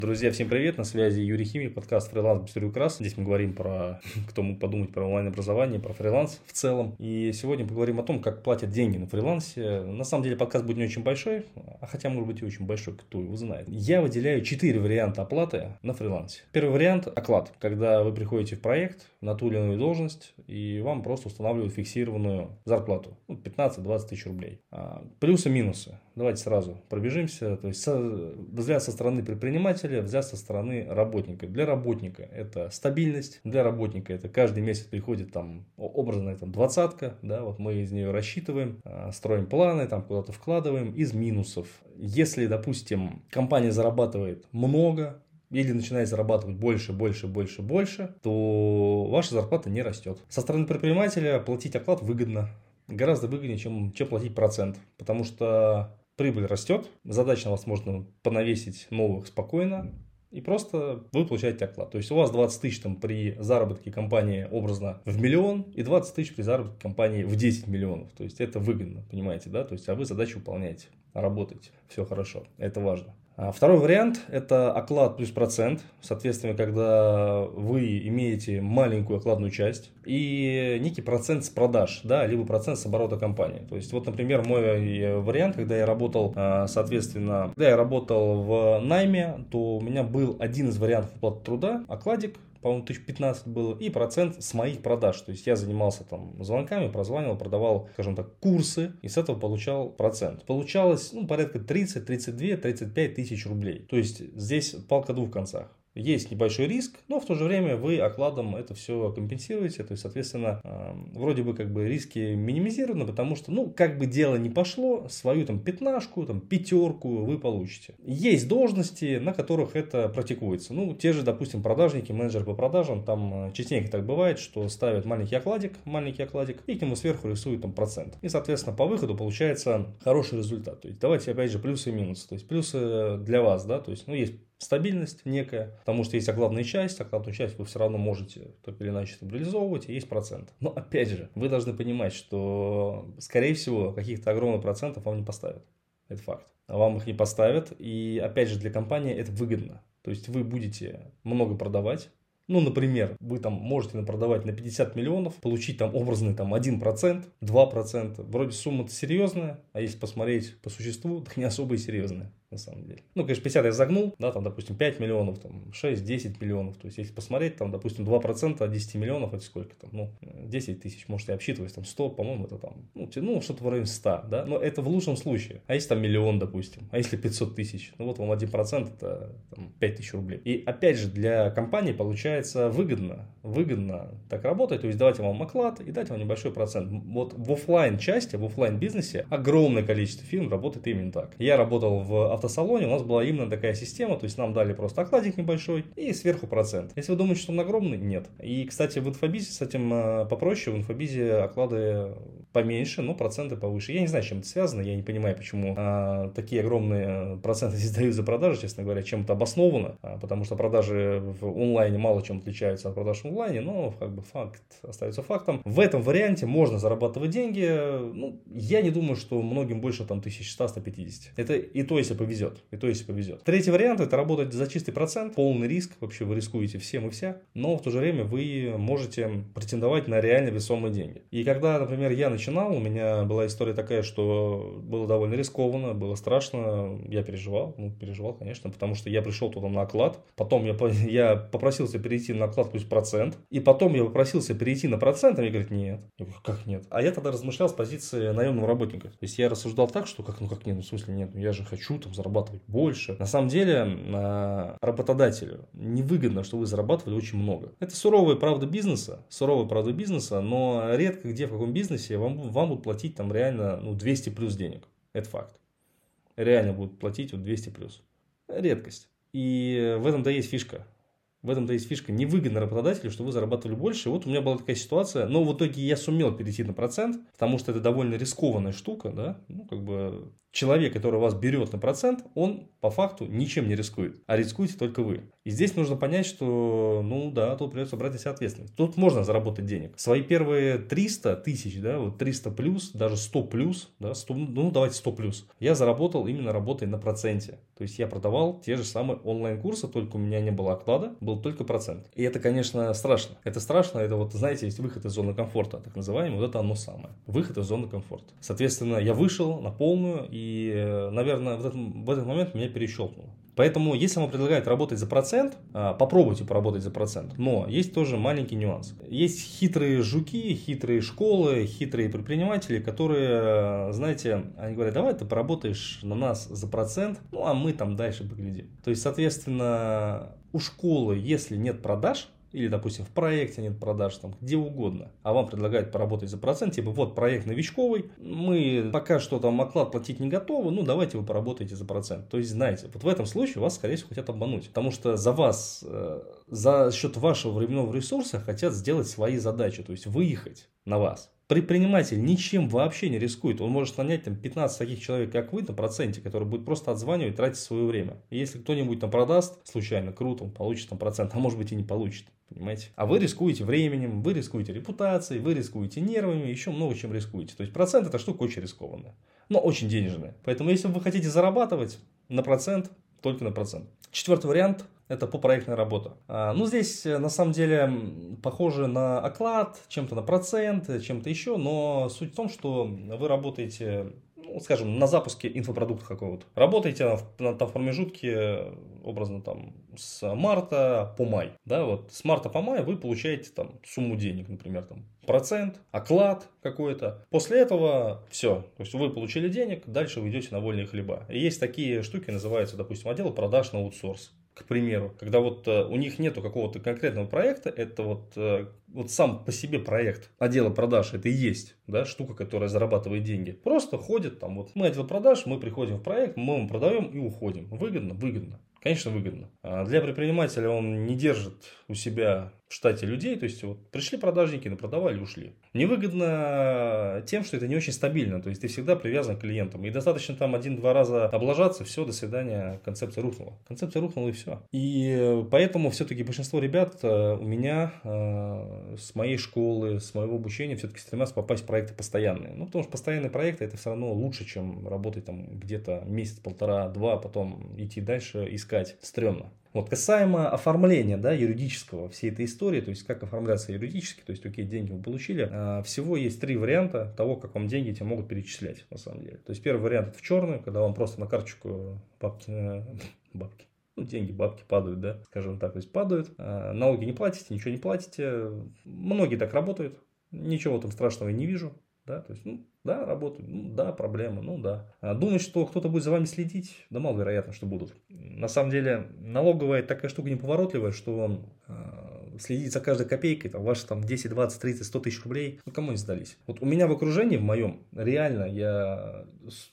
Друзья, всем привет, на связи Юрий Химик, подкаст «Фриланс без приукрас». Здесь мы говорим про, кто мог подумать, про онлайн-образование, про фриланс в целом. И сегодня поговорим о том, как платят деньги на фрилансе. На самом деле подкаст будет не очень большой, а хотя может быть и очень большой, кто его знает. Я выделяю 4 варианта оплаты на фрилансе. Первый вариант – оклад, когда вы приходите в проект на ту или иную должность, и вам просто устанавливают фиксированную зарплату, 15-20 тысяч рублей. Плюсы-минусы. Давайте сразу пробежимся. То есть взгляд со стороны предпринимателя, взгляд со стороны работника. Для работника это стабильность, для работника это каждый месяц приходит там образная двадцатка, да, вот мы из нее рассчитываем, строим планы, там куда-то вкладываем. Из минусов. Если, допустим, компания зарабатывает много, или начинает зарабатывать больше, то ваша зарплата не растет. Со стороны предпринимателя платить оклад выгодно. Гораздо выгоднее, чем платить процент. Потому что прибыль растет, задач на вас можно понавесить новых спокойно. И просто вы получаете оклад. То есть у вас 20 тысяч при заработке компании образно в миллион и 20 тысяч при заработке компании в 10 миллионов. То есть это выгодно, понимаете, да? То есть, а вы задачу выполняете, работаете. Все хорошо, это важно. Второй вариант – это оклад плюс процент. Соответственно, когда вы имеете маленькую окладную часть и некий процент с продаж, да, либо процент с оборота компании. То есть, вот, например, мой вариант, когда я работал, соответственно, когда я работал в найме, то у меня был один из вариантов оплаты труда – окладик. По-моему, 1015 было, и процент с моих продаж. То есть я занимался там звонками, прозванивал, продавал, скажем так, курсы, и с этого получал процент. Получалось порядка 30, 32, 35 тысяч рублей. То есть здесь палка о двух концах. Есть небольшой риск, но в то же время вы окладом это все компенсируете. То есть, соответственно, вроде бы риски минимизированы, потому что, как бы дело ни пошло, свою пятнашку, пятерку вы получите. Есть должности, на которых это практикуется. Те же, допустим, продажники, менеджеры по продажам, там частенько так бывает, что ставят маленький окладик, и к нему сверху рисуют процент. И, соответственно, по выходу получается хороший результат. То есть, давайте опять же плюсы и минусы. То есть, плюсы для вас, да, то есть, есть стабильность некая, потому что есть окладная часть, окладную часть вы все равно можете так или иначе реализовывать, и есть процент. Но опять же, вы должны понимать, что, скорее всего, каких-то огромных процентов вам не поставят. Это факт. Вам их не поставят, и опять же, для компании это выгодно. То есть вы будете много продавать. Например, вы можете продавать на 50 миллионов, получить образный 1%, 2%. Вроде сумма-то серьезная, а если посмотреть по существу, так не особо и серьезная. На самом деле. Конечно, 50 я загнул, да, допустим, 5 миллионов, 6-10 миллионов. То есть, если посмотреть, допустим, 2% от 10 миллионов, это сколько 10 тысяч, можете обсчитывать, 100, по-моему, это что-то в районе 100, да, но это в лучшем случае. А если миллион, допустим, а если 500 тысяч, вот вам 1%, это 5 тысяч рублей. И опять же, для компании получается выгодно так работать, то есть, давать вам оклад и дать вам небольшой процент. Вот в офлайн части, в офлайн бизнесе огромное количество фирм работает именно так. Я работал в автосалоне, у нас была именно такая система, то есть нам дали просто окладик небольшой и сверху процент. Если вы думаете, что он огромный, нет. И, кстати, в инфобизе с этим попроще, в инфобизе оклады поменьше, но проценты повыше. Я не знаю, с чем это связано, я не понимаю, почему такие огромные проценты здесь дают за продажи, честно говоря, чем это обосновано, потому что продажи в онлайне мало чем отличаются от продаж в онлайне, но факт остается фактом. В этом варианте можно зарабатывать деньги, я не думаю, что многим больше 1100-150. Это и то, если повезет. Третий вариант – это работать за чистый процент, полный риск, вообще вы рискуете всем и вся, но в то же время вы можете претендовать на реально весомые деньги. И когда, например, я начинал, у меня была история такая, что было довольно рискованно, было страшно, я переживал, конечно, потому что я пришел туда на оклад, потом я попросился перейти на оклад плюс процент, и потом я попросился перейти на процент, а мне говорят, нет. Я говорю, как нет? А я тогда размышлял с позиции наемного работника. То есть я рассуждал так, что как нет, в смысле нет, я же хочу зарабатывать больше. На самом деле работодателю невыгодно, что вы зарабатывали очень много. Это суровая правда бизнеса, но редко где, в каком бизнесе вам будут платить реально 200 плюс денег. Это факт. Реально будут платить 200 плюс. Редкость. И в этом-то есть фишка. Невыгодно работодателю, что вы зарабатывали больше. И вот у меня была такая ситуация, но в итоге я сумел перейти на процент, потому что это довольно рискованная штука, да, человек, который вас берет на процент, он по факту ничем не рискует, а рискуете только вы. И здесь нужно понять, что, ну да, тут придется брать на себя ответственность. Тут можно заработать денег. Свои первые 300 тысяч, да, вот 300 плюс, даже 100 плюс, да, 100, ну давайте 100 плюс, я заработал именно работой на проценте. То есть я продавал те же самые онлайн-курсы, только у меня не было оклада, был только процент. И это, конечно, страшно. Это страшно, это вот, знаете, есть выход из зоны комфорта, так называемый, вот это оно самое. Выход из зоны комфорта. Соответственно, я вышел на полную, и, наверное, в этот момент меня перещелкнуло. Поэтому, если вам предлагают работать за процент, попробуйте поработать за процент. Но есть тоже маленький нюанс. Есть хитрые жуки, хитрые школы, хитрые предприниматели, которые, знаете, они говорят, давай ты поработаешь на нас за процент, ну а мы там дальше поглядим. То есть, соответственно, у школы, если нет продаж, или, допустим, в проекте нет продаж, там, где угодно, а вам предлагают поработать за процент, типа, вот проект новичковый, мы пока что там оклад платить не готовы, ну, давайте вы поработаете за процент. То есть, знаете, вот в этом случае вас, скорее всего, хотят обмануть, потому что за вас, за счет вашего временного ресурса хотят сделать свои задачи, то есть, выехать на вас. Предприниматель ничем вообще не рискует. Он может нанять там 15 таких человек, как вы, на проценте, который будет просто отзванивать, тратить свое время. И если кто-нибудь там продаст, случайно, круто, он получит там процент, а может быть и не получит. Понимаете? А вы рискуете временем, вы рискуете репутацией, вы рискуете нервами, еще много чем рискуете. То есть процент это штука очень рискованная, но очень денежная. Поэтому если вы хотите зарабатывать на процент, только на процент. Четвертый вариант – это попроектная работа. Ну, здесь на самом деле похоже на оклад, чем-то на процент, чем-то еще, но суть в том, что вы работаете, ну, скажем, на запуске инфопродукта какого-то. Работаете на промежутке, образно, там, с марта по май. Да, вот с марта по май вы получаете там сумму денег, например, там, процент, оклад какой-то. После этого все. То есть вы получили денег, дальше вы идете на вольные хлеба. И есть такие штуки, называются, допустим, отделы продаж на аутсорс. К примеру, когда вот у них нету какого-то конкретного проекта, это вот сам по себе проект отдела продаж, это и есть, да, штука, которая зарабатывает деньги. Просто ходит там, вот мы отдел продаж, мы приходим в проект, мы ему продаем и уходим. Выгодно? Выгодно. Конечно, выгодно. Для предпринимателя он не держит у себя в штате людей, то есть вот пришли продажники, напродавали, ушли. Невыгодно тем, что это не очень стабильно, то есть ты всегда привязан к клиентам. И достаточно там 1-2 раза облажаться, все, до свидания, концепция рухнула. Концепция рухнула и все. И поэтому все-таки большинство ребят у меня с моей школы, с моего обучения все-таки стремятся попасть в проекты постоянные. Ну, потому что постоянные проекты это все равно лучше, чем работать там где-то месяц, полтора, два, потом идти дальше, искать. Стрёмно. Вот, касаемо оформления, да, юридического всей этой истории, то есть как оформляться юридически, то есть окей, деньги вы получили, всего есть 3 варианта того, как вам деньги тебе могут перечислять на самом деле. То есть первый вариант это в черную, когда вам просто на карточку бабки, ну, деньги, бабки падают, да, скажем так, то есть падают, налоги не платите, ничего не платите, многие так работают, ничего там страшного я не вижу. Да, то есть, ну, да, работают, ну, да, проблема, ну, да. Думать, что кто-то будет за вами следить, да, маловероятно, что будут. На самом деле, налоговая такая штука неповоротливая, что следить за каждой копейкой, там, ваши там 10, 20, 30, 100 тысяч рублей, ну, кому не сдались. Вот у меня в окружении, в моем, реально, я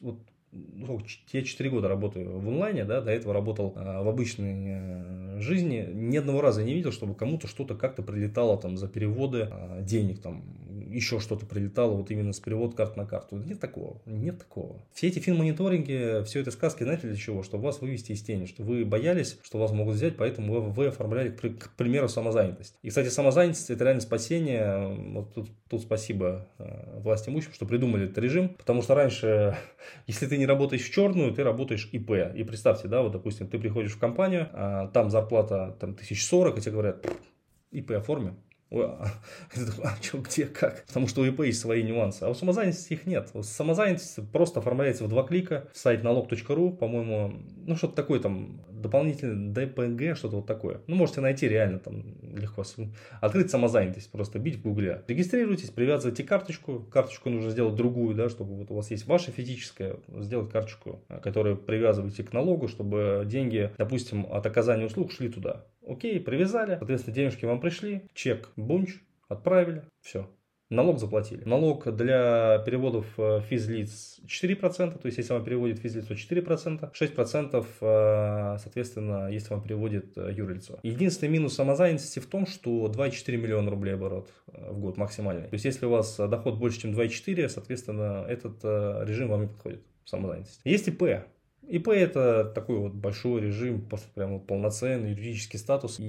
4 года работаю в онлайне, да, до этого работал в обычной жизни, ни одного раза не видел, чтобы кому-то что-то как-то прилетало там за переводы денег, там, еще что-то прилетало вот именно с перевод карт на карту. Нет такого, нет такого. Все эти финмониторинги, все это сказки, знаете для чего? Чтобы вас вывести из тени, что вы боялись, что вас могут взять, поэтому вы оформляли, к примеру, самозанятость. И, кстати, самозанятость это реально спасение. Вот тут спасибо власть имущим, что придумали этот режим, потому что раньше, если ты не работаешь в черную, ты работаешь ИП. И представьте, да, вот, допустим, ты приходишь в компанию, там зарплата там 1040, и тебе говорят, ИП оформим. Что, где, как? Потому что у ИП есть свои нюансы. А у самозанятости их нет. Самозанятость просто оформляется в 2 клика. Сайт налог.ру, по-моему, ну что-то такое там, дополнительное ДПГ, что-то вот такое. Ну, можете найти реально там легко. Открыть самозанятость, просто бить в гугле. Регистрируйтесь, привязывайте карточку. Карточку нужно сделать другую, да, чтобы вот у вас есть ваша физическая, сделать карточку, которую привязываете к налогу, чтобы деньги, допустим, от оказания услуг шли туда. Окей, привязали, соответственно, денежки вам пришли, чек, бунч, отправили, все. Налог заплатили. Налог для переводов физлиц 4%, то есть если вам переводит физлицо 4%, 6%, соответственно, если вам переводит юрлицо. Единственный минус самозанятости в том, что 2,4 миллиона рублей оборот в год максимальный. То есть если у вас доход больше, чем 2,4, соответственно, этот режим вам не подходит. самозанятости. Есть ИП. ИП – это такой вот большой режим, прям полноценный юридический статус.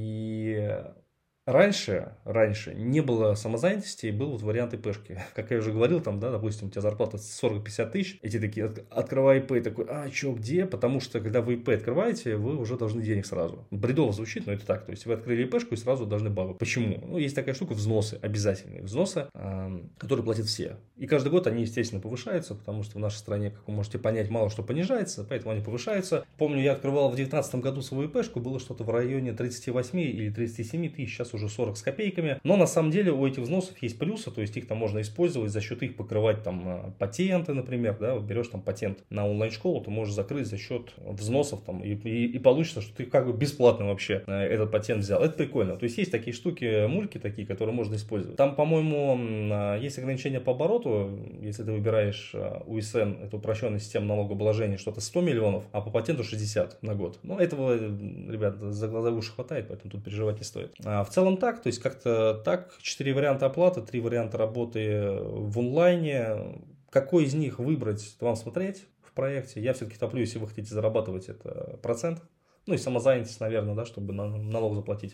И раньше не было самозанятости, был вот вариант ИПшки. Как я уже говорил, там, да, допустим, у тебя зарплата 40-50 тысяч, эти такие, открывай ИП, такой, что, где? Потому что, когда вы ИП открываете, вы уже должны денег сразу. Бредово звучит, но это так. То есть, вы открыли ИПшку и сразу должны бабы. Почему? Ну, есть такая штука, взносы, обязательные взносы, которые платят все. И каждый год они, естественно, повышаются, потому что в нашей стране, как вы можете понять, мало что понижается, поэтому они повышаются. Помню, я открывал в 2019 году свою ИПшку, было что-то в районе 38 или 37 тысяч, сейчас уже 40 с копейками. Но на самом деле у этих взносов есть плюсы, то есть их там можно использовать, за счет их покрывать там патенты, например, да, вот берешь там патент на онлайн-школу, ты можешь закрыть за счет взносов там и получится, что ты как бы бесплатно вообще этот патент взял. Это прикольно. То есть такие штуки, мульки такие, которые можно использовать. Там, по-моему, есть ограничения по обороту, если ты выбираешь УСН, это упрощенная система налогообложения, что-то 100 миллионов, а по патенту 60 на год. Ну, этого, ребят, за глаза и уши хватает, поэтому тут переживать не стоит. В целом так, то есть как-то так, 4 варианта оплаты, 3 варианта работы в онлайне. Какой из них выбрать, вам смотреть в проекте? Я все-таки топлю, если вы хотите зарабатывать, это процент. Ну и самозанятость, наверное, да, чтобы налог заплатить.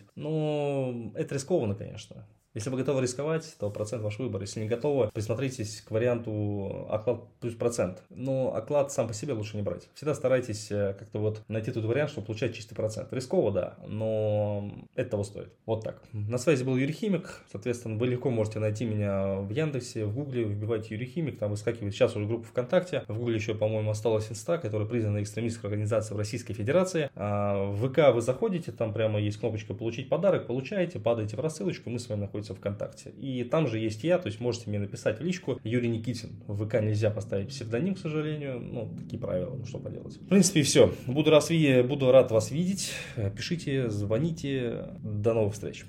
Но это рискованно, конечно. Если вы готовы рисковать, то процент ваш выбор. Если не готовы, присмотритесь к варианту оклад плюс процент. Но оклад сам по себе лучше не брать. Всегда старайтесь как-то вот найти тот вариант, чтобы получать чистый процент. Рисково, да, но это того стоит. Вот так. На связи был Юрий Химик. Соответственно, вы легко можете найти меня в Яндексе, в Гугле, вбивайте Юрий Химик, там выскакивает сейчас уже группа ВКонтакте. В Гугле еще, по-моему, осталась Инста, которая признана экстремистской организацией в Российской Федерации. В ВК вы заходите, там прямо есть кнопочка «Получить подарок», получаете, падаете в рассылочку, мы с вами находимся ВКонтакте. И там же есть я, то есть можете мне написать в личку Юрий Никитин. В ВК нельзя поставить псевдоним, к сожалению. Ну, такие правила, ну что поделать. В принципе, все. Буду рад вас видеть. Пишите, звоните. До новых встреч.